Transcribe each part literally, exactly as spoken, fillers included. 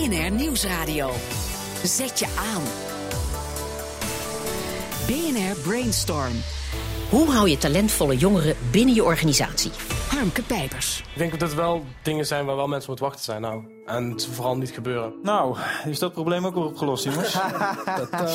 B N R Nieuwsradio. Zet je aan. B N R Brainstorm. Hoe hou je talentvolle jongeren binnen je organisatie? Harmke Pijpers. Ik denk dat het wel dingen zijn waar wel mensen moeten wachten zijn nou. En het vooral niet gebeuren. Nou, is dat probleem ook weer opgelost, jongens? dat, uh...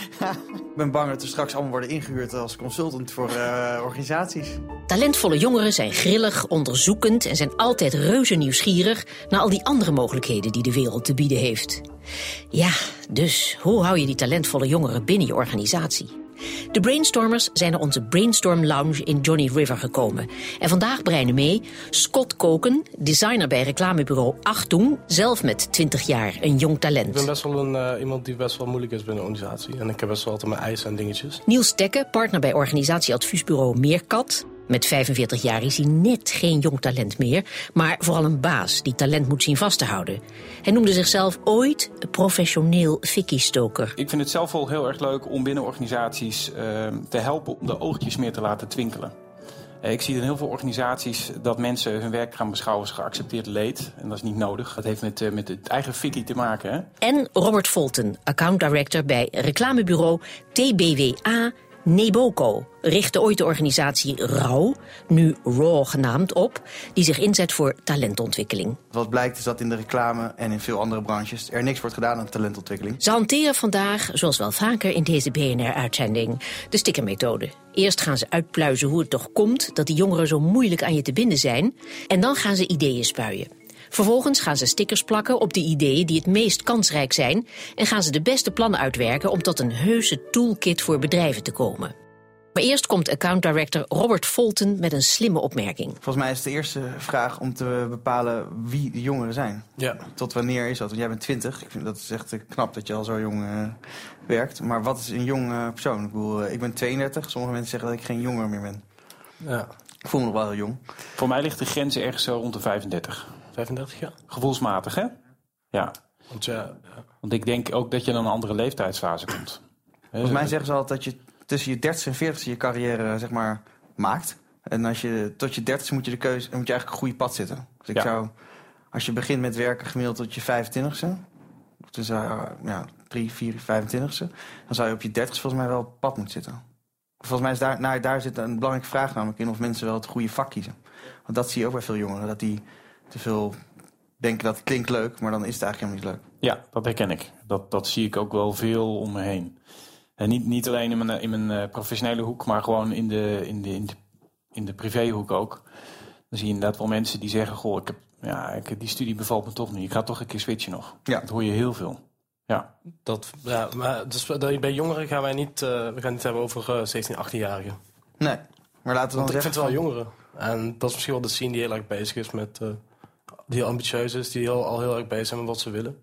Ik ben bang dat we straks allemaal worden ingehuurd als consultant voor uh, organisaties. Talentvolle jongeren zijn grillig, onderzoekend en zijn altijd reuze nieuwsgierig naar al die andere mogelijkheden die de wereld te bieden heeft. Ja, dus hoe hou je die talentvolle jongeren binnen je organisatie? De brainstormers zijn naar onze Brainstorm Lounge in Johnny River gekomen. En vandaag breinen mee Scott Koken, designer bij reclamebureau Achtung, zelf met twintig jaar een jong talent. Ik ben best wel een, uh, iemand die best wel moeilijk is binnen een organisatie. En ik heb best wel altijd mijn eisen en dingetjes. Niels Tekke, partner bij organisatieadviesbureau Meerkat. Met vijfenveertig jaar is hij net geen jong talent meer, maar vooral een baas die talent moet zien vast te houden. Hij noemde zichzelf ooit professioneel fikkie-stoker. Ik vind het zelf wel heel erg leuk om binnen organisaties uh, te helpen om de oogjes meer te laten twinkelen. Uh, ik zie in heel veel organisaties dat mensen hun werk gaan beschouwen als geaccepteerd leed. En dat is niet nodig. Dat heeft met, uh, met het eigen fikkie te maken. Hè? En Robert Fulton, account director bij reclamebureau T B W A Neboco, richtte ooit de organisatie RAW, nu RAW genaamd, op, die zich inzet voor talentontwikkeling. Wat blijkt is dat in de reclame en in veel andere branches er niks wordt gedaan aan talentontwikkeling. Ze hanteren vandaag, zoals wel vaker in deze B N R-uitzending, de stickermethode. Eerst gaan ze uitpluizen hoe het toch komt dat die jongeren zo moeilijk aan je te binden zijn, en dan gaan ze ideeën spuien. Vervolgens gaan ze stickers plakken op de ideeën die het meest kansrijk zijn en gaan ze de beste plannen uitwerken om tot een heuse toolkit voor bedrijven te komen. Maar eerst komt account director Robert Fulton met een slimme opmerking. Volgens mij is de eerste vraag om te bepalen wie de jongeren zijn. Ja. Tot wanneer is dat? Want jij bent twintig. Ik vind dat is echt knap dat je al zo jong uh, werkt. Maar wat is een jong uh, persoon? Ik bedoel, uh, ik ben tweeëndertig. Sommige mensen zeggen dat ik geen jonger meer ben. Ja. Ik voel me nog wel heel jong. Voor mij ligt de grens ergens zo rond de vijfendertig. vijfendertig jaar? Gevoelsmatig, hè? Ja. Want, ja, ja. Want ik denk ook dat je in een andere leeftijdsfase komt. Volgens mij zeggen ze altijd dat je tussen je dertigste en veertigste je carrière zeg maar maakt. En als je tot je dertigste moet je de keuze, moet je eigenlijk een goede pad zitten. Dus ik ja. zou, als je begint met werken gemiddeld tot je vijfentwintigste, dus uh, ja, drie, vier, vijfentwintigste, dan zou je op je dertigste volgens mij wel op pad moeten zitten. Volgens mij is daar, nou, daar zit een belangrijke vraag namelijk in of mensen wel het goede vak kiezen. Want dat zie je ook bij veel jongeren, dat die te veel denken dat het klinkt leuk, maar dan is het eigenlijk helemaal niet leuk. Ja, dat herken ik. Dat, dat zie ik ook wel veel om me heen. En niet, niet alleen in mijn, in mijn uh, professionele hoek, maar gewoon in de, in, de, in, de, in de privéhoek ook. Dan zie je inderdaad wel mensen die zeggen, goh, ik heb, ja, ik, die studie bevalt me toch niet. Ik ga toch een keer switchen nog. Ja. Dat hoor je heel veel. Ja. Dat, ja, maar dus, bij jongeren gaan wij niet, uh, we gaan het niet hebben over uh, zestien, achttienjarigen. Nee, maar laten we dan Want ik zeggen... vind het wel jongeren. En dat is misschien wel de scene die heel erg bezig is met, uh, die heel ambitieus is, die heel, al heel erg bezig zijn met wat ze willen.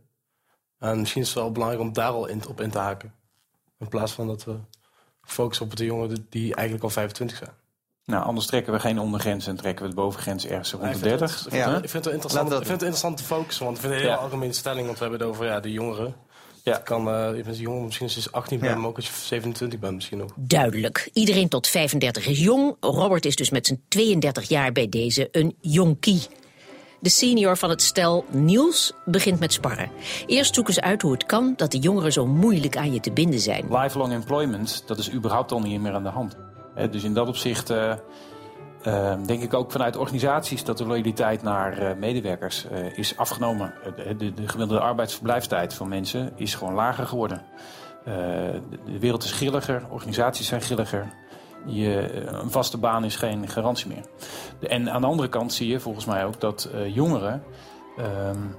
En misschien is het wel belangrijk om daar al in, op in te haken. In plaats van dat we focussen op de jongeren die eigenlijk al vijfentwintig zijn. Nou, anders trekken we geen ondergrens en trekken we de bovengrens ergens rond de dertig. Ik vind, ja. het, ik vind het interessant, ik vind het interessant te focussen, want ik vind het een hele ja. algemene stelling, want we hebben het over ja, de jongeren. Ja. Kan, uh, je bent jong, misschien als je achttien bent, ja. maar ook als je zevenentwintig bent misschien nog. Duidelijk. Iedereen tot vijfendertig is jong. Robert is dus met zijn tweeëndertig jaar bij deze een jonkie. De senior van het stel, Niels, begint met sparren. Eerst zoeken ze uit hoe het kan dat de jongeren zo moeilijk aan je te binden zijn. Lifelong employment, dat is überhaupt al niet meer aan de hand. He, dus in dat opzicht uh, uh, denk ik ook vanuit organisaties dat de loyaliteit naar uh, medewerkers uh, is afgenomen. De, de, de gemiddelde arbeidsverblijfstijd van mensen is gewoon lager geworden. Uh, de, de wereld is grilliger, organisaties zijn grilliger. Je, een vaste baan is geen garantie meer. De, en aan de andere kant zie je volgens mij ook dat uh, jongeren um,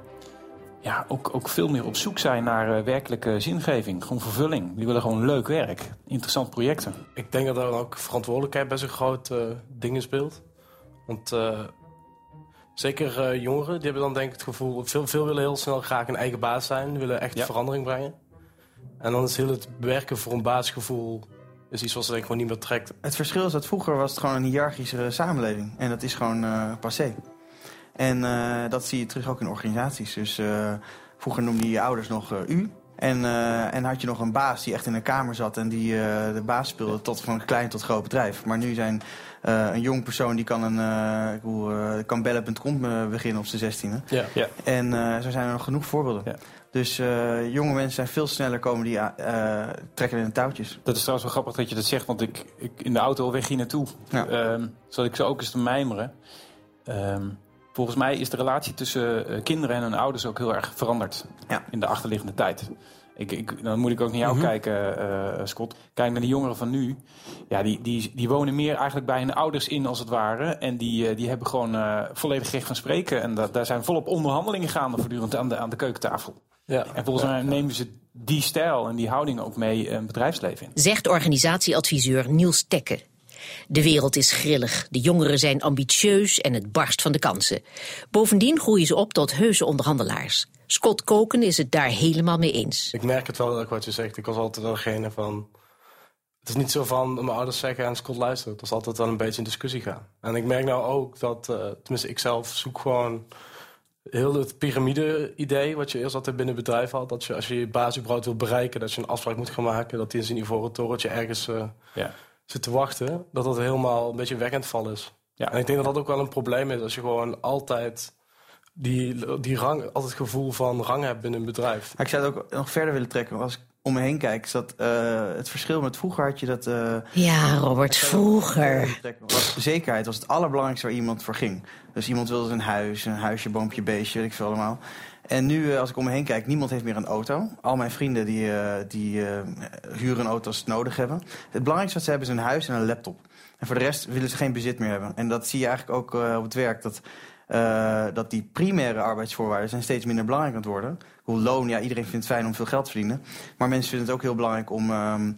ja, ook, ook veel meer op zoek zijn naar uh, werkelijke zingeving. Gewoon vervulling. Die willen gewoon leuk werk. Interessante projecten. Ik denk dat er dan ook verantwoordelijkheid best een groot uh, ding speelt. Want uh, zeker uh, jongeren, die hebben dan denk ik het gevoel... Veel, veel willen heel snel graag een eigen baas zijn. Willen echt ja. verandering brengen. En dan is heel het werken voor een baasgevoel... is iets wat ze denk ik gewoon niet meer trekt. Het verschil is dat vroeger was het gewoon een hiërarchische samenleving. En dat is gewoon uh, passé. En uh, dat zie je terug ook in organisaties. Dus uh, vroeger noemde je je ouders nog uh, u. En, uh, en had je nog een baas die echt in een kamer zat en die uh, de baas speelde tot van klein tot groot bedrijf. Maar nu zijn uh, een jong persoon die kan, een, uh, uh, kan bellen punt com beginnen op zijn zestiende. Ja. Ja. En uh, zo zijn er nog genoeg voorbeelden. Ja. Dus uh, jonge mensen zijn veel sneller komen die uh, trekken in de touwtjes. Dat is trouwens wel grappig dat je dat zegt, want ik, ik in de auto weg hier naartoe. Ja. Um, zat ik zo ook eens te mijmeren. Um, volgens mij is de relatie tussen uh, kinderen en hun ouders ook heel erg veranderd ja. in de achterliggende tijd. Ik, ik, dan moet ik ook naar jou mm-hmm. kijken, uh, Scott. Kijk naar de jongeren van nu. Ja, die, die, die wonen meer eigenlijk bij hun ouders in, als het ware. En die, uh, die hebben gewoon uh, volledig recht van spreken. En da, daar zijn volop onderhandelingen gaande voortdurend aan de, aan de keukentafel. Ja. En volgens mij nemen ze die stijl en die houding ook mee een bedrijfsleven in. Zegt organisatieadviseur Niels Tekke. De wereld is grillig, de jongeren zijn ambitieus en het barst van de kansen. Bovendien groeien ze op tot heuse onderhandelaars. Scott Koken is het daar helemaal mee eens. Ik merk het wel, wat je zegt. Ik was altijd wel degene van... Het is niet zo van mijn ouders zeggen en Scott luistert. Het is altijd wel een beetje in discussie gaan. En ik merk nou ook dat, uh, tenminste ik zelf zoek gewoon... Heel het piramide-idee wat je eerst altijd binnen het bedrijf had. Dat je als je je baas überhaupt wil bereiken, dat je een afspraak moet gaan maken. Dat die in zijn ivoren torentje ergens uh, ja. zit te wachten. Dat dat helemaal een beetje weg aan het vallen is. Ja. En ik denk dat dat ook wel een probleem is. Als je gewoon altijd die, die rang, altijd het gevoel van rang hebt binnen een bedrijf. Ik zou het ook nog verder willen trekken. Als ik om me heen kijk, is dat uh, het verschil met vroeger had je dat... Uh, ja, Robert, vroeger. Was, zekerheid was het allerbelangrijkste waar iemand voor ging. Dus iemand wilde een huis, een huisje, boompje, beestje, weet ik veel allemaal. En nu, uh, als ik om me heen kijk, niemand heeft meer een auto. Al mijn vrienden die, uh, die uh, huren een auto als ze het nodig hebben. Het belangrijkste wat ze hebben is een huis en een laptop. En voor de rest willen ze geen bezit meer hebben. En dat zie je eigenlijk ook uh, op het werk. Dat, uh, dat die primaire arbeidsvoorwaarden zijn steeds minder belangrijk aan het worden. Hoe loon, ja, iedereen vindt het fijn om veel geld te verdienen. Maar mensen vinden het ook heel belangrijk om um,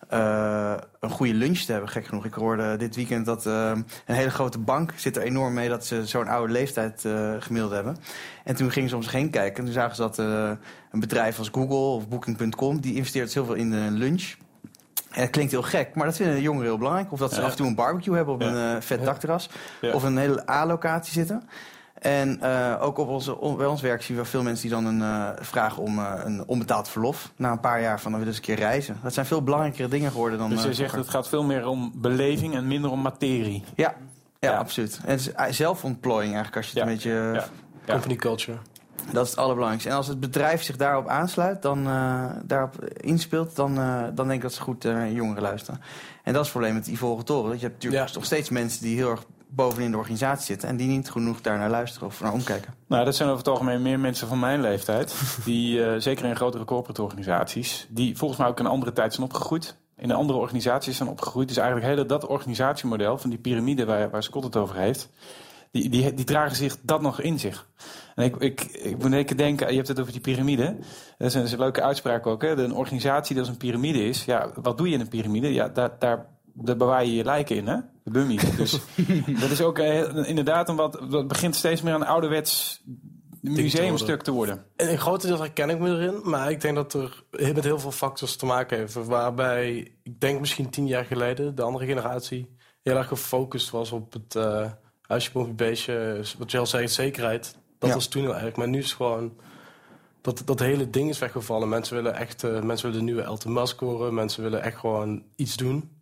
uh, een goede lunch te hebben. Gek genoeg, ik hoorde dit weekend dat uh, een hele grote bank zit er enorm mee dat ze zo'n oude leeftijd uh, gemiddeld hebben. En toen gingen ze om zich heen kijken en toen zagen ze dat uh, een bedrijf als Google of Booking punt com... die investeert dus heel veel in de lunch. En dat klinkt heel gek, maar dat vinden de jongeren heel belangrijk. Of dat ze ja. af en toe een barbecue hebben op ja. een uh, vet ja. dakterras. Ja. Of een hele A-locatie zitten. En uh, ook op onze, on, bij ons werk zien we veel mensen die dan een, uh, vragen om uh, een onbetaald verlof. Na een paar jaar van dan willen ze een keer reizen. Dat zijn veel belangrijkere dingen geworden dan... Dus je uh, zegt het gaat veel meer om beleving en minder om materie. Ja, ja, ja. absoluut. En het is zelfontplooiing eigenlijk als je het ja. een beetje... Ja. Ja. Company culture. Dat is het allerbelangrijkste. En als het bedrijf zich daarop aansluit, dan uh, daarop inspeelt, dan, uh, dan denk ik dat ze goed naar uh, jongeren luisteren. En dat is het probleem met Ivoren Toren. Dat je hebt natuurlijk ja. nog steeds mensen die heel erg bovenin de organisatie zitten en die niet genoeg daar naar luisteren of naar omkijken. Nou, dat zijn over het algemeen meer mensen van mijn leeftijd, die uh, zeker in grotere corporate organisaties, die volgens mij ook in een andere tijd zijn opgegroeid, in een andere organisaties zijn opgegroeid. Dus eigenlijk hele dat organisatiemodel van die piramide waar, waar Scott het over heeft, die, die, die dragen zich dat nog in zich. En ik, ik, ik moet even denken, je hebt het over die piramide. Dat is een, dat is een leuke uitspraak ook. Hè? Een organisatie die als een piramide is, ja, wat doe je in een piramide? Ja, daar, daar, daar bewaar je je lijken in, hè? De bummies. Dus dat is ook uh, inderdaad een wat, dat begint steeds meer een ouderwets museumstuk te worden. En in grote deel herken ik me erin, maar ik denk dat er met heel veel factors te maken heeft. Waarbij, ik denk misschien tien jaar geleden, de andere generatie heel erg gefocust was op het uh, huisje, boompje, beestje, wat je al zei, zekerheid. Dat ja. was toen heel erg, maar nu is het gewoon... Dat, dat hele ding is weggevallen. Mensen willen echt uh, mensen willen de nieuwe Elon Musk horen. Mensen willen echt gewoon iets doen.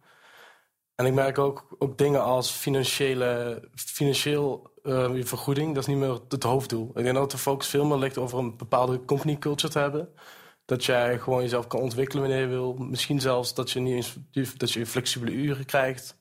En ik merk ook, ook dingen als financiële, financieel uh, vergoeding. Dat is niet meer het hoofddoel. Ik denk dat de focus veel meer ligt over een bepaalde company culture te hebben. Dat jij gewoon jezelf kan ontwikkelen wanneer je wil. Misschien zelfs dat je, niet eens, dat je flexibele uren krijgt.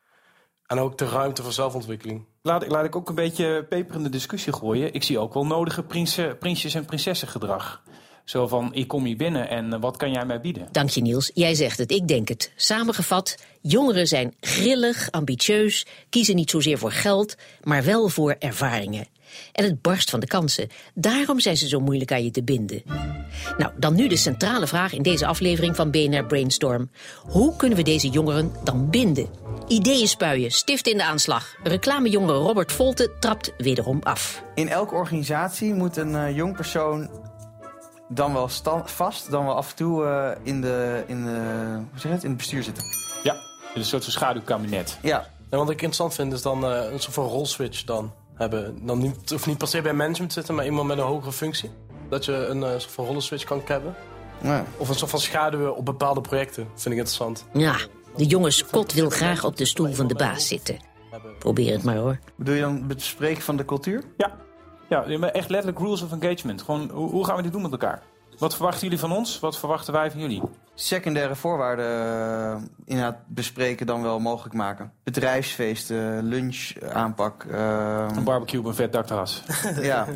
En ook de ruimte voor zelfontwikkeling. Laat, laat ik ook een beetje peper in de discussie gooien. Ik zie ook wel nodige prinsen, prinsjes- en prinsessengedrag. Zo van, ik kom hier binnen en wat kan jij mij bieden? Dank je, Niels. Jij zegt het, ik denk het. Samengevat, jongeren zijn grillig, ambitieus, kiezen niet zozeer voor geld, maar wel voor ervaringen. En het barst van de kansen. Daarom zijn ze zo moeilijk aan je te binden. Nou, dan nu de centrale vraag in deze aflevering van B N R Brainstorm. Hoe kunnen we deze jongeren dan binden? Ideeën spuien, stift in de aanslag. Reclamejongen Robert Volte trapt wederom af. In elke organisatie moet een uh, jong persoon dan wel sta- vast, dan wel af en toe uh, in, de, in, de, hoe zeg je het, in het bestuur zitten. Ja, in een soort van schaduwkabinet. Ja. En wat ik interessant vind is dan uh, een soort van rolswitch dan hebben. Dan niet, of niet per se bij management zitten, maar iemand met een hogere functie. Dat je een uh, soort van rollenswitch kan hebben. Ja. Of een soort van schaduwen op bepaalde projecten. Vind ik interessant. Ja, de jonge Scott wil graag op de stoel van de baas zitten. Probeer het maar hoor. Bedoel je dan het bespreken van de cultuur? Ja, ja, maar echt letterlijk rules of engagement. Gewoon, hoe, hoe gaan we dit doen met elkaar? Wat verwachten jullie van ons? Wat verwachten wij van jullie? Secundaire voorwaarden uh, inderdaad bespreken dan wel mogelijk maken. Bedrijfsfeesten, lunch, aanpak. Uh, Een barbecue op een vet dakterras. ja,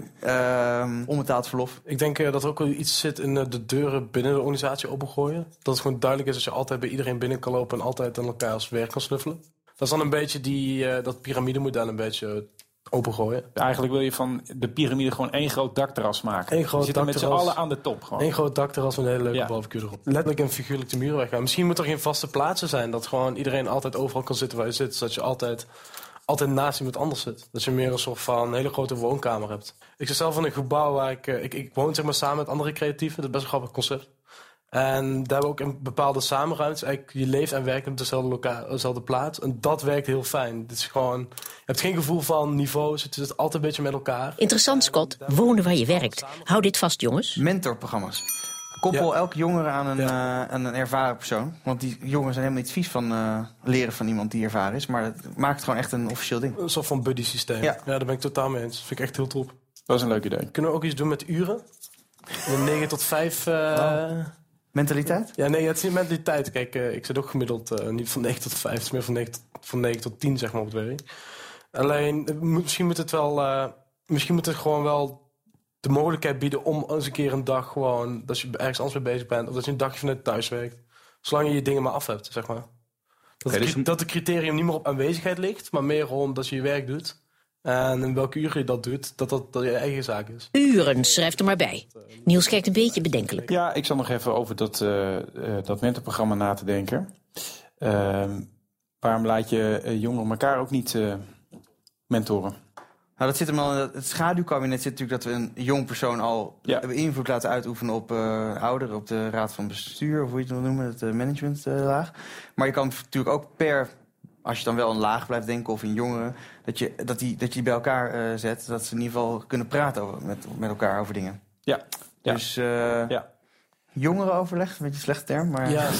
uh, onbetaald verlof. Ik denk uh, dat er ook wel iets zit in uh, de deuren binnen de organisatie opengooien. Dat het gewoon duidelijk is dat je altijd bij iedereen binnen kan lopen en altijd aan elkaar als werk kan snuffelen. Dat is dan een beetje die, uh, dat piramidemodel een beetje opengooien. Eigenlijk wil je van de piramide gewoon één groot dakterras maken. Eén groot je zit er met z'n dakterras. allen aan de top. Gewoon. Eén groot dakterras met een hele leuke Ja. barbecue erop. Letterlijk en figuurlijk de muren weggaan. Misschien moet er geen vaste plaatsen zijn. Dat gewoon iedereen altijd overal kan zitten waar je zit. Zodat je altijd, altijd naast iemand anders zit. Dat je meer een soort van hele grote woonkamer hebt. Ik zit zelf in een gebouw waar ik... Ik, ik woon zeg maar samen met andere creatieven. Dat is best een grappig concept. En daar hebben we ook een bepaalde samenruimte. Eigenlijk, je leeft en werkt op dezelfde, loka- dezelfde plaats. En dat werkt heel fijn. Het is gewoon, je hebt geen gevoel van niveau. Je zit altijd een beetje met elkaar. Interessant, Scott. Wonen waar je werkt. Hou dit vast, jongens. Mentorprogramma's. Koppel Ja. elke jongere aan een, Ja. uh, aan een ervaren persoon. Want die jongeren zijn helemaal niet vies van uh, leren van iemand die ervaren is. Maar het maakt het gewoon echt een officieel ding. Een soort van buddy systeem. Ja. Ja, daar ben ik totaal mee eens. Dat vind ik echt heel top. Dat is een leuk idee. Kunnen we ook iets doen met uren? Van negen tot vijf... Uh, Oh. Mentaliteit? Ja, nee, het is niet mentaliteit. Kijk, uh, ik zit ook gemiddeld uh, niet van negen tot vijf. Het is meer van negen tot, van negen tot tien, zeg maar, op het werk. Alleen, uh, misschien moet het wel... Uh, misschien moet het gewoon wel de mogelijkheid bieden om eens een keer een dag gewoon... dat je ergens anders mee bezig bent. Of dat je een dagje vanuit thuis werkt. Zolang je je dingen maar af hebt, zeg maar. Dat, Oké, het, dus- dat het criterium niet meer op aanwezigheid ligt. Maar meer om dat je je werk doet. En in welke uren je dat doet, dat dat, dat je eigen zaak is. Uren, schrijf er maar bij. Niels kijkt een beetje bedenkelijk. Ja, ik zal nog even over dat, uh, uh, dat mentorprogramma na te denken. Uh, waarom laat je uh, jongeren elkaar ook niet uh, mentoren? Nou, dat zit hem al in het schaduwkabinet zit natuurlijk dat we een jong persoon al Ja. invloed laten uitoefenen op uh, ouderen, op de raad van bestuur, of hoe je het wil noemen, het uh, managementlaag. Uh, maar je kan natuurlijk ook per, als je dan wel een laag blijft denken of in jongeren, dat je, dat die, dat je die bij elkaar uh, zet, dat ze in ieder geval kunnen praten over, met, met elkaar over dingen. Ja. Ja. Dus uh, Ja. jongerenoverleg, een beetje een slechte term, maar... Ja,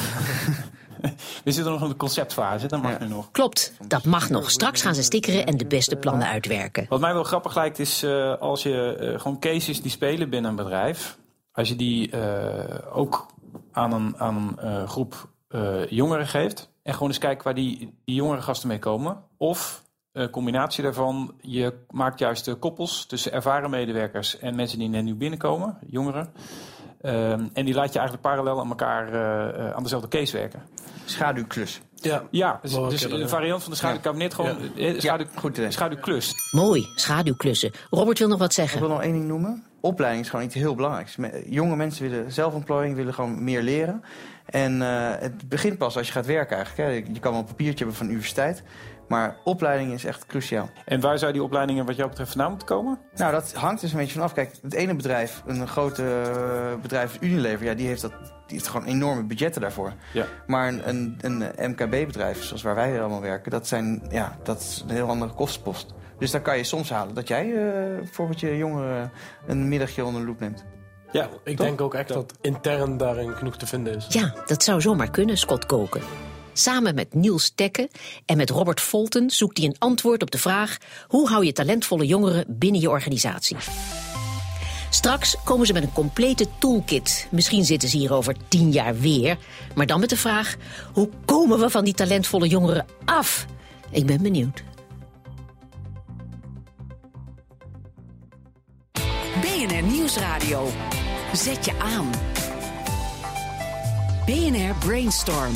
We zitten nog in de conceptfase, dat mag Ja. nu nog. Klopt, dat mag nog. Straks gaan ze stickeren en de beste plannen uitwerken. Wat mij wel grappig lijkt is uh, als je uh, gewoon cases die spelen binnen een bedrijf, als je die uh, ook aan een, aan een uh, groep uh, jongeren geeft en gewoon eens kijkt waar die, die jongere gasten mee komen. Of een combinatie daarvan, je maakt juist de koppels tussen ervaren medewerkers en mensen die net nu binnenkomen, jongeren. Um, en die laat je eigenlijk parallel aan elkaar uh, uh, aan dezelfde case werken. Schaduwklus. ja. Ja, dus, Wel dus kennen, een ja. variant van de schaduwkabinet, gewoon Ja. uh, schaduw, Ja, goed idee. schaduwklus. Mooi, schaduwklussen. Robert wil nog wat Ik zeggen. wil nog één ding noemen. Opleiding is gewoon iets heel belangrijks. Me- Jonge mensen willen zelfontplooiing, willen gewoon meer leren. En uh, het begint pas als je gaat werken eigenlijk. Hè. Je kan wel een papiertje hebben van de universiteit. Maar opleiding is echt cruciaal. En waar zou die opleidingen wat jou betreft vandaan moeten komen? Nou, dat hangt dus een beetje vanaf. Kijk, het ene bedrijf, een grote uh, bedrijf als Unilever, ja, die heeft, dat, die heeft gewoon enorme budgetten daarvoor. Ja. Maar een, een, een M K B-bedrijf, zoals waar wij allemaal werken, dat, zijn, ja, dat is een heel andere kostenpost. Dus dan kan je soms halen dat jij uh, bijvoorbeeld je jongeren een middagje onder de loep neemt. Ja, Ik toch? denk ook echt dat intern daarin genoeg te vinden is. Ja, dat zou zomaar kunnen, Scott Koken. Samen met Niels Tekke en met Robert Folten zoekt hij een antwoord op de vraag: hoe hou je talentvolle jongeren binnen je organisatie? Straks komen ze met een complete toolkit. Misschien zitten ze hier over tien jaar weer. Maar dan met de vraag: hoe komen we van die talentvolle jongeren af? Ik ben benieuwd. B N R Nieuwsradio. Zet je aan. B N R Brainstorm.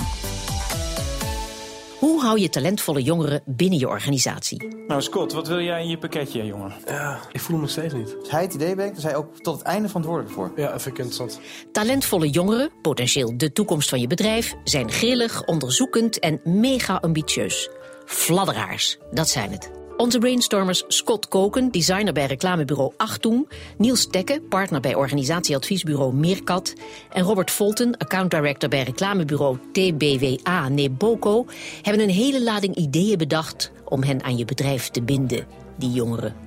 Hoe hou je talentvolle jongeren binnen je organisatie? Nou, Scott, wat wil jij in je pakketje, jongen? Ja, ik voel hem nog steeds niet. Als hij het idee brengt, is hij ook tot het einde verantwoordelijk voor. Ja, dat vind ik interessant. Talentvolle jongeren, potentieel de toekomst van je bedrijf, zijn grillig, onderzoekend en mega ambitieus. Fladderaars, dat zijn het. Onze brainstormers Scott Koken, designer bij reclamebureau Achtung, Niels Tekke, partner bij organisatieadviesbureau Meerkat en Robert Folten, account director bij reclamebureau T B W A Neboco, hebben een hele lading ideeën bedacht om hen aan je bedrijf te binden, die jongeren.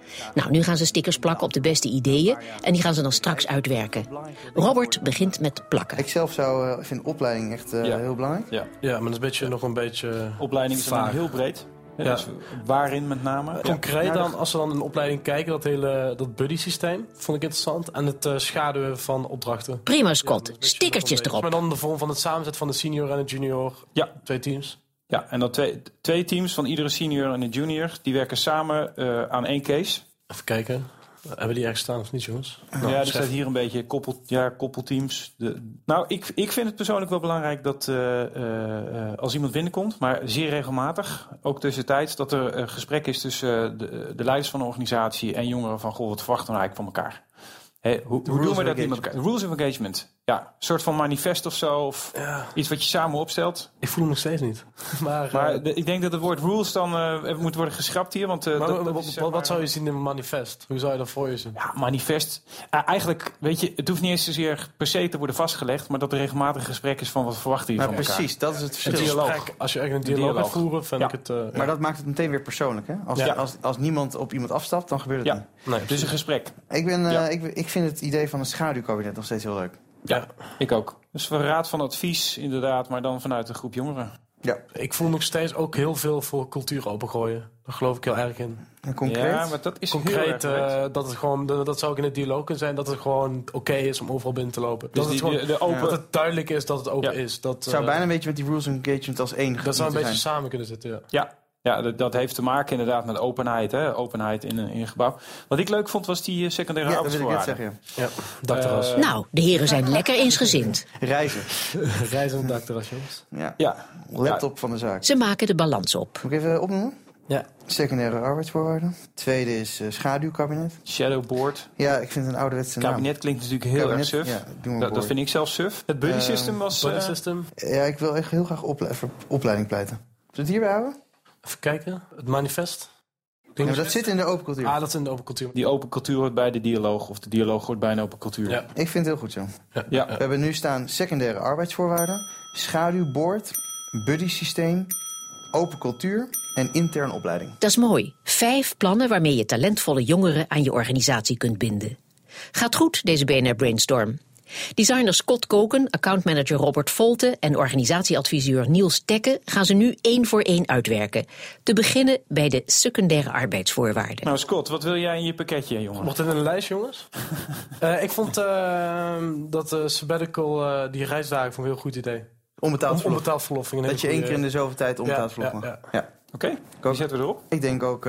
Nou, nu gaan ze stickers plakken op de beste ideeën en die gaan ze dan straks uitwerken. Robert begint met plakken. Ik zelf zou, uh, vind opleiding echt uh, Ja. heel belangrijk. Ja. Ja, maar dat is een beetje, nog een beetje Opleiding is dan vaag. heel breed. Ja. Ja. Dus waarin met name? Concreet Ja, dan, dat- als we dan een opleiding kijken, dat hele dat buddy-systeem vond ik interessant. En het uh, schaduwen van opdrachten. Prima, Ja, Scott. dat is een beetje Stickertjes nog een beetje- Maar erop. dan de vorm van het samenzetten van de senior en de junior. Ja. Twee teams. Ja, en dan twee, twee teams van iedere senior en een junior. Die werken samen uh, aan één case. Even kijken. Hebben die ergens staan of niet, jongens? Ja, er staat hier een beetje koppel, ja, koppelteams. De, nou, ik, ik vind het persoonlijk wel belangrijk dat uh, uh, als iemand binnenkomt, maar zeer regelmatig, ook tussentijds, dat er een gesprek is tussen uh, de, de leiders van de organisatie en jongeren van, goh, wat verwachten we nou eigenlijk van elkaar? Hey, hoe hoe doen we dat niet met elkaar? Rules of engagement. Ja, een soort van manifest of zo, of Ja. iets wat je samen opstelt. Ik voel hem nog steeds niet. maar Maar uh, de, ik denk dat het woord rules dan uh, moet worden geschrapt hier. Want, uh, maar, dat, dat wat, is, zeg wat, maar- wat zou je zien in een manifest? Hoe zou je dat voor je zien? Ja, manifest. Uh, eigenlijk, weet je, het hoeft niet eens zozeer per se te worden vastgelegd, maar dat er regelmatig een gesprek is van wat verwachten jullie Nou, van elkaar. precies, dat is het Het verschil. dialoog. gesprek, als je echt een De dialoog gaat dialoog. voeren, vind Ja. ik het... Uh, Maar dat maakt het meteen weer persoonlijk. Hè? Als, Ja. als, als niemand op iemand afstapt, dan gebeurt het Ja, niet. nee, dus een gesprek. Ik, ben, uh, Ja. ik, ik vind het idee van een schaduwkabinet nog steeds heel leuk. Ja. Ik ook. Dus een raad van advies, inderdaad, maar dan vanuit een groep jongeren. Ja, Ik voel nog steeds ook heel veel voor cultuur opengooien. Daar geloof ik heel erg in. en concreet. Ja, maar dat is heel Concreet, erg breed. uh, dat het gewoon, dat, dat zou ook in het dialoog kunnen zijn, dat het gewoon oké is om overal binnen te lopen. Dus dat, die- het gewoon, de- de open- dat het duidelijk is dat het open Ja. is. Dat, Het zou uh, bijna een beetje met die rules of engagement als één dat zou een moeten beetje zijn. samen kunnen zitten, ja. Ja, ja dat, dat heeft te maken inderdaad met openheid. Hè? Openheid in een, in een gebouw. Wat ik leuk vond was die uh, secundaire Ja, dat wil ik net arbeidsvoorwaarden. zeggen. Ja, dakterras. Uh, Nou, de heren zijn lekker eensgezind. Ja. Reizen. Reizen op dakterras, jongens. Ja. Ja, Laptop van de zaak. Ze maken de balans op. Moet ik even opnoemen? Ja. Secundaire arbeidsvoorwaarden. Tweede is uh, schaduwkabinet. shadowboard. Ja, ik vind het een ouderwetse naam. Kabinet klinkt natuurlijk heel Kabinet, erg suf. ja, doe maar dat, dat board. vind ik zelf suf. Het buddy Eh, system was... Buddy uh, system. Ja, ik wil echt heel graag ople voor opleiding pleiten. Zullen we het hierbij houden? Even kijken. Het manifest. Ja, maar dat zit in de open cultuur. Ah, dat is in de open cultuur. die open cultuur hoort bij de dialoog. Of de dialoog hoort bij een open cultuur. Ja. Ik vind het heel goed zo. Ja. Ja. We hebben nu staan secundaire arbeidsvoorwaarden, schaduwboord, buddy systeem, open cultuur en interne opleiding. Dat is mooi. Vijf plannen waarmee je talentvolle jongeren aan je organisatie kunt binden. Gaat goed, deze B N R Brainstorm. Designer Scott Koken, accountmanager Robert Volte en organisatieadviseur Niels Tekke gaan ze nu één voor één uitwerken. Te beginnen bij de secundaire arbeidsvoorwaarden. Nou Scott, wat wil jij in je pakketje, jongen? Mocht dit in een lijst, jongens? uh, ik vond uh, dat uh, sabbatical, uh, die reisdagen, vond ik een heel goed idee. Onbetaald Om, verlof. onbetaald verlof. vind ik een Dat je hele één keer in goeie- de zoveel tijd onbetaald Ja, verlof ja, mag. ja. Ja. Oké, okay. die zetten we erop. Ik denk ook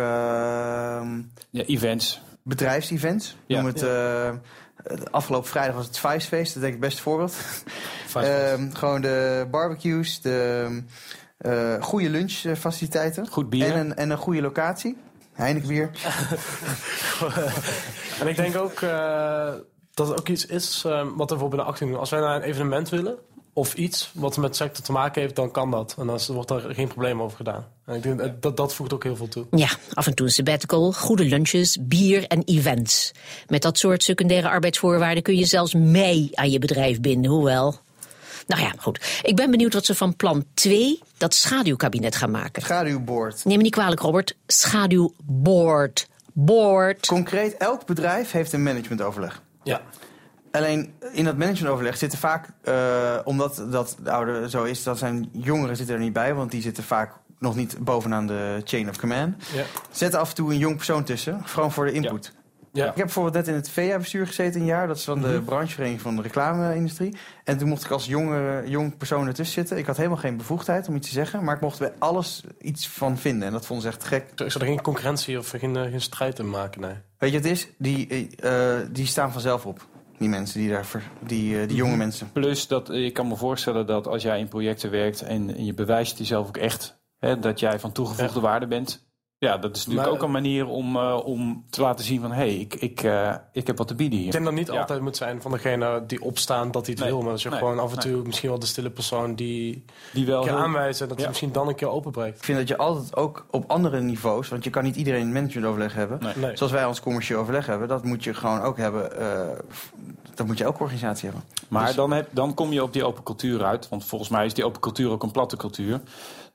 uh, Ja, events. bedrijfsevents. Ja. Noem het, uh, afgelopen vrijdag was het Vijsfeest, dat denk ik best een voorbeeld. Vijf- Uh, gewoon de barbecues, de uh, goede lunchfaciliteiten. Goed bier. En een, en een goede locatie. Heineken bier. En ik denk ook uh, dat het ook iets is uh, wat er voor binnen achttien doen. Als wij naar een evenement willen, of iets wat met sector te maken heeft, dan kan dat. En dan wordt er geen probleem over gedaan. En ik denk dat dat voegt ook heel veel toe. Ja, af en toe een sabbatical, goede lunches, bier en events. Met dat soort secundaire arbeidsvoorwaarden kun je zelfs mij aan je bedrijf binden, hoewel. Nou ja, goed. Ik ben benieuwd wat ze van plan twee, dat schaduwkabinet, gaan maken. Schaduwboord. Neem me niet kwalijk, Robert. Schaduwboard. Board. Concreet, elk bedrijf heeft een managementoverleg. Ja. Alleen in dat managementoverleg zitten vaak, uh, omdat dat de oude zo is, dat zijn jongeren zitten er niet bij, want die zitten vaak nog niet bovenaan de chain of command. Ja. Zet af en toe een jong persoon tussen, gewoon voor de input. Ja. Ik heb bijvoorbeeld net in het V A-bestuur gezeten een jaar, dat is van de Mhm. branchevereniging van de reclame-industrie. En toen mocht ik als jonge, jong persoon ertussen zitten. Ik had helemaal geen bevoegdheid om iets te zeggen, maar ik mocht bij alles iets van vinden. En dat vonden ze echt gek. Ik zou er geen concurrentie of geen, uh, geen strijd in maken, nee. Weet je wat het is? Die, uh, die staan vanzelf op. Die mensen, die, daar ver, die, uh, die jonge mensen. Plus, dat, ik kan me voorstellen dat als jij in projecten werkt en, en je bewijst jezelf ook echt, hè, dat jij van toegevoegde Ja. waarde bent. Ja, dat is natuurlijk Maar, ook een manier om, uh, om te laten zien van, hé, hey, ik, ik, uh, ik heb wat te bieden Ik hier. denk dat niet Ja. altijd moet zijn van degene die opstaan dat hij het Nee. wil. Maar dat je Nee. gewoon af en toe Nee. misschien wel de stille persoon die Die wel een keer heel- aanwijzen. Dat hij Ja. misschien dan een keer openbreekt. Ik vind dat je altijd ook op andere niveaus, want je kan niet iedereen een managementoverleg hebben. Nee. Nee. Zoals wij ons commercieel overleg hebben, dat moet je gewoon ook hebben. Uh, dat moet je elke organisatie hebben. Maar Dus- dan, heb, dan kom je op die open cultuur uit. Want volgens mij is die open cultuur ook een platte cultuur.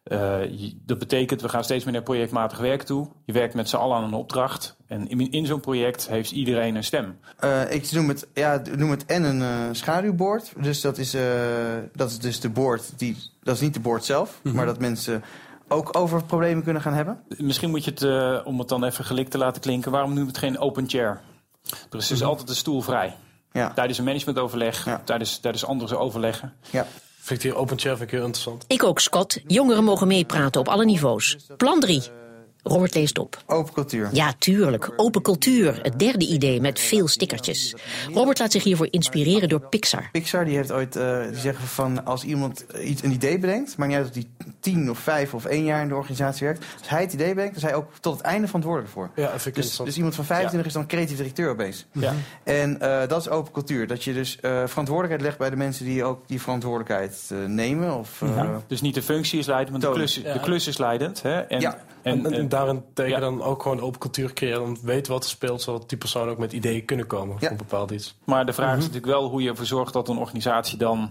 Uh, je, dat betekent, we gaan steeds meer naar projectmatig werk toe. Je werkt met z'n allen aan een opdracht. En in, in zo'n project heeft iedereen een stem. Uh, ik noem het, ja, noem het en een uh, schaduwboard. Dus dat is, uh, dat is dus de board, die, dat is niet de board zelf. Mm-hmm. Maar dat mensen ook over problemen kunnen gaan hebben. Misschien moet je het, uh, om het dan even gelikt te laten klinken, waarom noemen we het geen open chair? Er is dus mm-hmm. altijd een stoel vrij. Ja. Tijdens een managementoverleg, ja. tijdens, tijdens andere overleggen. Ja. Vind ik die open chair vind ik heel interessant. Ik ook, Scott. Jongeren mogen meepraten op alle niveaus. Plan drie. Robert leest op. Open cultuur. Ja, tuurlijk. Open cultuur. Het derde idee met veel stickertjes. Robert laat zich hiervoor inspireren door Pixar. Pixar die heeft ooit, uh, die zeggen van als iemand iets, een idee bedenkt, maakt niet uit of die tien of vijf of één jaar in de organisatie werkt. Als hij het idee bedenkt, dan is hij ook tot het einde verantwoordelijk voor. Ja, dat vind ik dus, dus iemand van vijfentwintig ja. is dan creatief directeur opeens. Ja. En uh, dat is open cultuur. Dat je dus uh, verantwoordelijkheid legt bij de mensen die ook die verantwoordelijkheid uh, nemen. Of, uh, ja. Dus niet de functie is leidend, maar de klus, ja. de klus is leidend. Hè? En, ja. En, en, en daarin tegen ja. dan ook gewoon open cultuur creëren. Dan weten wat er speelt, zodat die persoon ook met ideeën kunnen komen ja. voor een bepaald iets. Maar de vraag mm-hmm. is natuurlijk wel hoe je ervoor zorgt dat een organisatie dan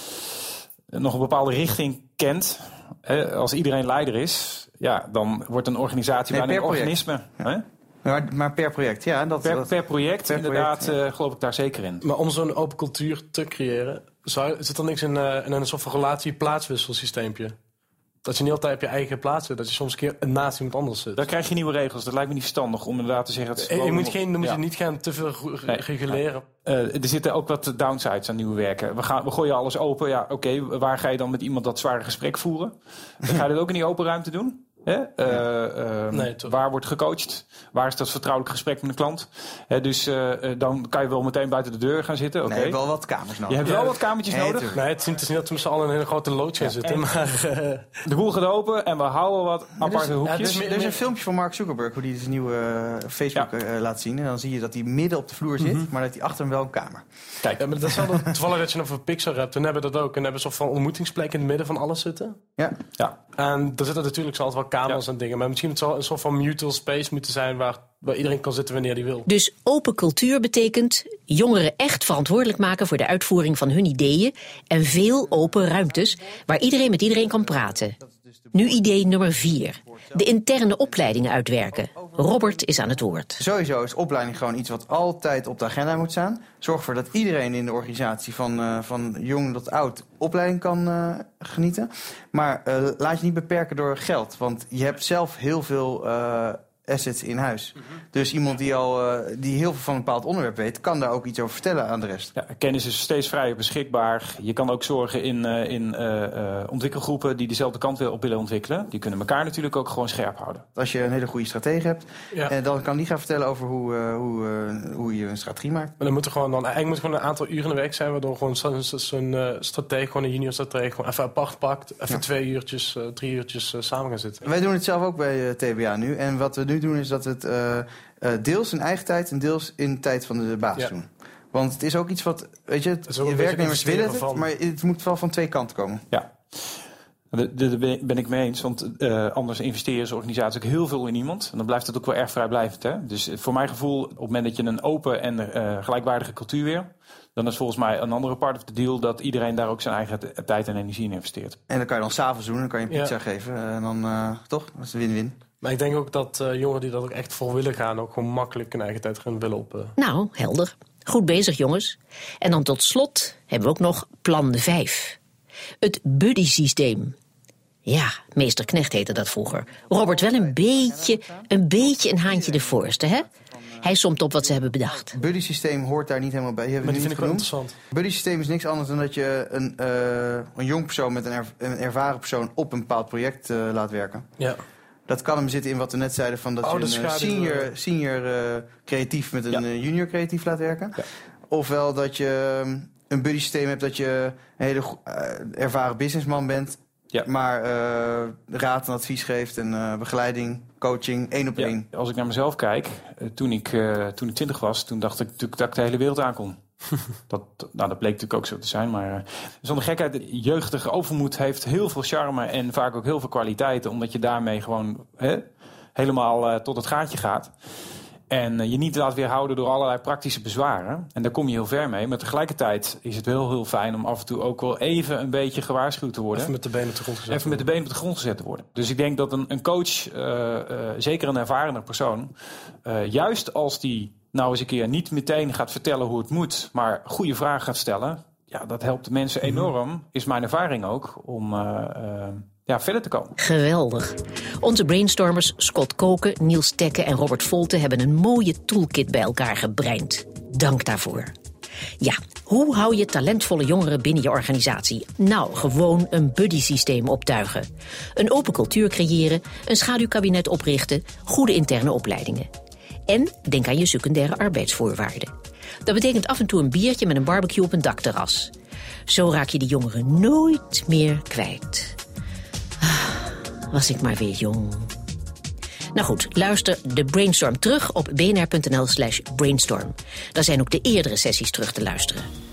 nog een bepaalde richting kent. Hè? Als iedereen leider is, ja, dan wordt een organisatie nee, bijna een organisme. Ja. Hè? Maar, maar per project, ja. Dat, per, dat, per project, per inderdaad, project, ja. uh, geloof ik daar zeker in. Maar om zo'n open cultuur te creëren, zou, zit er niks in, uh, in een soort van relatie-plaatswisselsysteempje? Dat je niet altijd op je eigen plaats zit. Dat je soms een keer naast iemand anders zit. Dan krijg je nieuwe regels. Dat lijkt me niet verstandig om inderdaad te zeggen... Dat je je moet, geen, dan moet ja. je niet gaan te veel nee, reguleren. Uh, er zitten ook wat downsides aan nieuwe werken. We, gaan, we gooien alles open. Ja, oké, okay, waar ga je dan met iemand dat zware gesprek voeren? Dan ga je dat ook in die open ruimte doen? Hè? Uh, uh, nee, waar wordt gecoacht? Waar is dat vertrouwelijk gesprek met een klant? Hè, dus uh, dan kan je wel meteen buiten de deur gaan zitten. Okay. Nee, je hebt wel wat kamers nodig. Je hebt ja, wel wat kamertjes nee, nodig. Nee, het is niet dat we met z'n allen in een hele grote loods gaan ja, zitten. Maar, uh... de boel gaat open en we houden wat aparte dus, hoekjes. Ja, dus, er is een filmpje van Mark Zuckerberg hoe hij zijn nieuwe uh, Facebook ja. uh, laat zien. En dan zie je dat hij midden op de vloer zit, mm-hmm. maar dat hij achter hem wel een kamer. Kijk, ja, maar dat is wel toevallig dat je nog voor Pixar hebt. En hebben dat ook. En hebben een soort van ontmoetingsplek in het midden van alles zitten. Ja. ja. En er zitten natuurlijk zo altijd wel kamers ja. en dingen. Maar misschien het zal een soort van mutual space moeten zijn waar, waar iedereen kan zitten wanneer hij wil. Dus open cultuur betekent jongeren echt verantwoordelijk maken voor de uitvoering van hun ideeën en veel open ruimtes waar iedereen met iedereen kan praten. Nu idee nummer vier. De interne opleidingen uitwerken. Robert is aan het woord. Sowieso is opleiding gewoon iets wat altijd op de agenda moet staan. Zorg ervoor dat iedereen in de organisatie van, uh, van jong tot oud opleiding kan uh, genieten. Maar uh, laat je niet beperken door geld. Want je hebt zelf heel veel uh, assets in huis. Mm-hmm. Dus iemand die al uh, die heel veel van een bepaald onderwerp weet, kan daar ook iets over vertellen aan de rest. Ja, kennis is steeds vrijer beschikbaar. Je kan ook zorgen in, uh, in uh, uh, ontwikkelgroepen die dezelfde kant op willen ontwikkelen. Die kunnen elkaar natuurlijk ook gewoon scherp houden. Als je een hele goede stratege hebt, ja. en dan kan die gaan vertellen over hoe, uh, hoe, uh, hoe je een strategie maakt. Maar dan moet er gewoon dan eigenlijk moet gewoon een aantal uren in de week zijn, waardoor gewoon zo'n, zo'n uh, stratege, gewoon een junior stratege, gewoon even apart pakt, even ja. twee uurtjes, uh, drie uurtjes uh, samen gaan zitten. Wij doen het zelf ook bij uh, T B A nu. En wat we nu doen is dat we het uh, uh, deels in eigen tijd en deels in de tijd van de baas ja. doen. Want het is ook iets wat, weet je, je werknemers willen het, maar het moet wel van twee kanten komen. Ja. Daar ben ik mee eens, want uh, anders investeren ze organisaties ook heel veel in iemand. En dan blijft het ook wel erg vrijblijvend. Hè? Dus voor mijn gevoel, op het moment dat je een open en uh, gelijkwaardige cultuur weer, dan is volgens mij een andere part of the deal dat iedereen daar ook zijn eigen t- tijd en energie in investeert. En dan kan je dan s'avonds doen, dan kan je een pizza ja. geven. En dan uh, toch, dat is een win-win. Maar ik denk ook dat uh, jongeren die dat ook echt voor willen gaan, ook gewoon makkelijk hun eigen tijd gaan willen op. Uh... Nou, helder. Goed bezig, jongens. En dan tot slot hebben we ook nog plan vijf. Het buddy-systeem. Ja, meester Knecht heette dat vroeger. Robert wel een beetje, een beetje een haantje de voorste, hè? Hij somt op wat ze hebben bedacht. Buddy-systeem hoort daar niet helemaal bij. Die maar die vind ik wel interessant. Buddy-systeem is niks anders dan dat je een, uh, een jong persoon met een, er, een ervaren persoon op een bepaald project uh, laat werken. Ja. Dat kan hem zitten in wat we net zeiden, van dat oh, je een uh, senior, senior uh, creatief met een ja. uh, junior creatief laat werken. Ja. Ofwel dat je um, een buddy-systeem hebt dat je een hele uh, ervaren businessman bent. Ja. Maar uh, raad en advies geeft en uh, begeleiding, coaching, één op ja. één. Als ik naar mezelf kijk, uh, toen ik uh, toen ik twintig was, toen dacht ik natuurlijk dat ik de hele wereld aan kon. dat, nou, dat bleek natuurlijk ook zo te zijn. Maar uh, zonder gekheid, de jeugdige overmoed heeft heel veel charme en vaak ook heel veel kwaliteiten. Omdat je daarmee gewoon hè, helemaal uh, tot het gaatje gaat. En uh, je niet laat weerhouden door allerlei praktische bezwaren. En daar kom je heel ver mee. Maar tegelijkertijd is het wel heel fijn om af en toe ook wel even een beetje gewaarschuwd te worden. Even met de benen op de grond gezet Even met de benen op de grond gezet te worden. Dus ik denk dat een, een coach, uh, uh, zeker een ervarende persoon, uh, juist als die nou eens een keer niet meteen gaat vertellen hoe het moet, maar goede vragen gaat stellen, ja, dat helpt de mensen enorm, mm-hmm. is mijn ervaring ook, om uh, uh, ja, verder te komen. Geweldig. Onze brainstormers Scott Koken, Niels Tekke en Robert Volte hebben een mooie toolkit bij elkaar gebreind. Dank daarvoor. Ja, hoe hou je talentvolle jongeren binnen je organisatie? Nou, gewoon een buddy-systeem optuigen. Een open cultuur creëren, een schaduwkabinet oprichten, goede interne opleidingen. En denk aan je secundaire arbeidsvoorwaarden. Dat betekent af en toe een biertje met een barbecue op een dakterras. Zo raak je die jongeren nooit meer kwijt. Ah, was ik maar weer jong. Nou goed, luister de Brainstorm terug op bnr.nl slash brainstorm. Daar zijn ook de eerdere sessies terug te luisteren.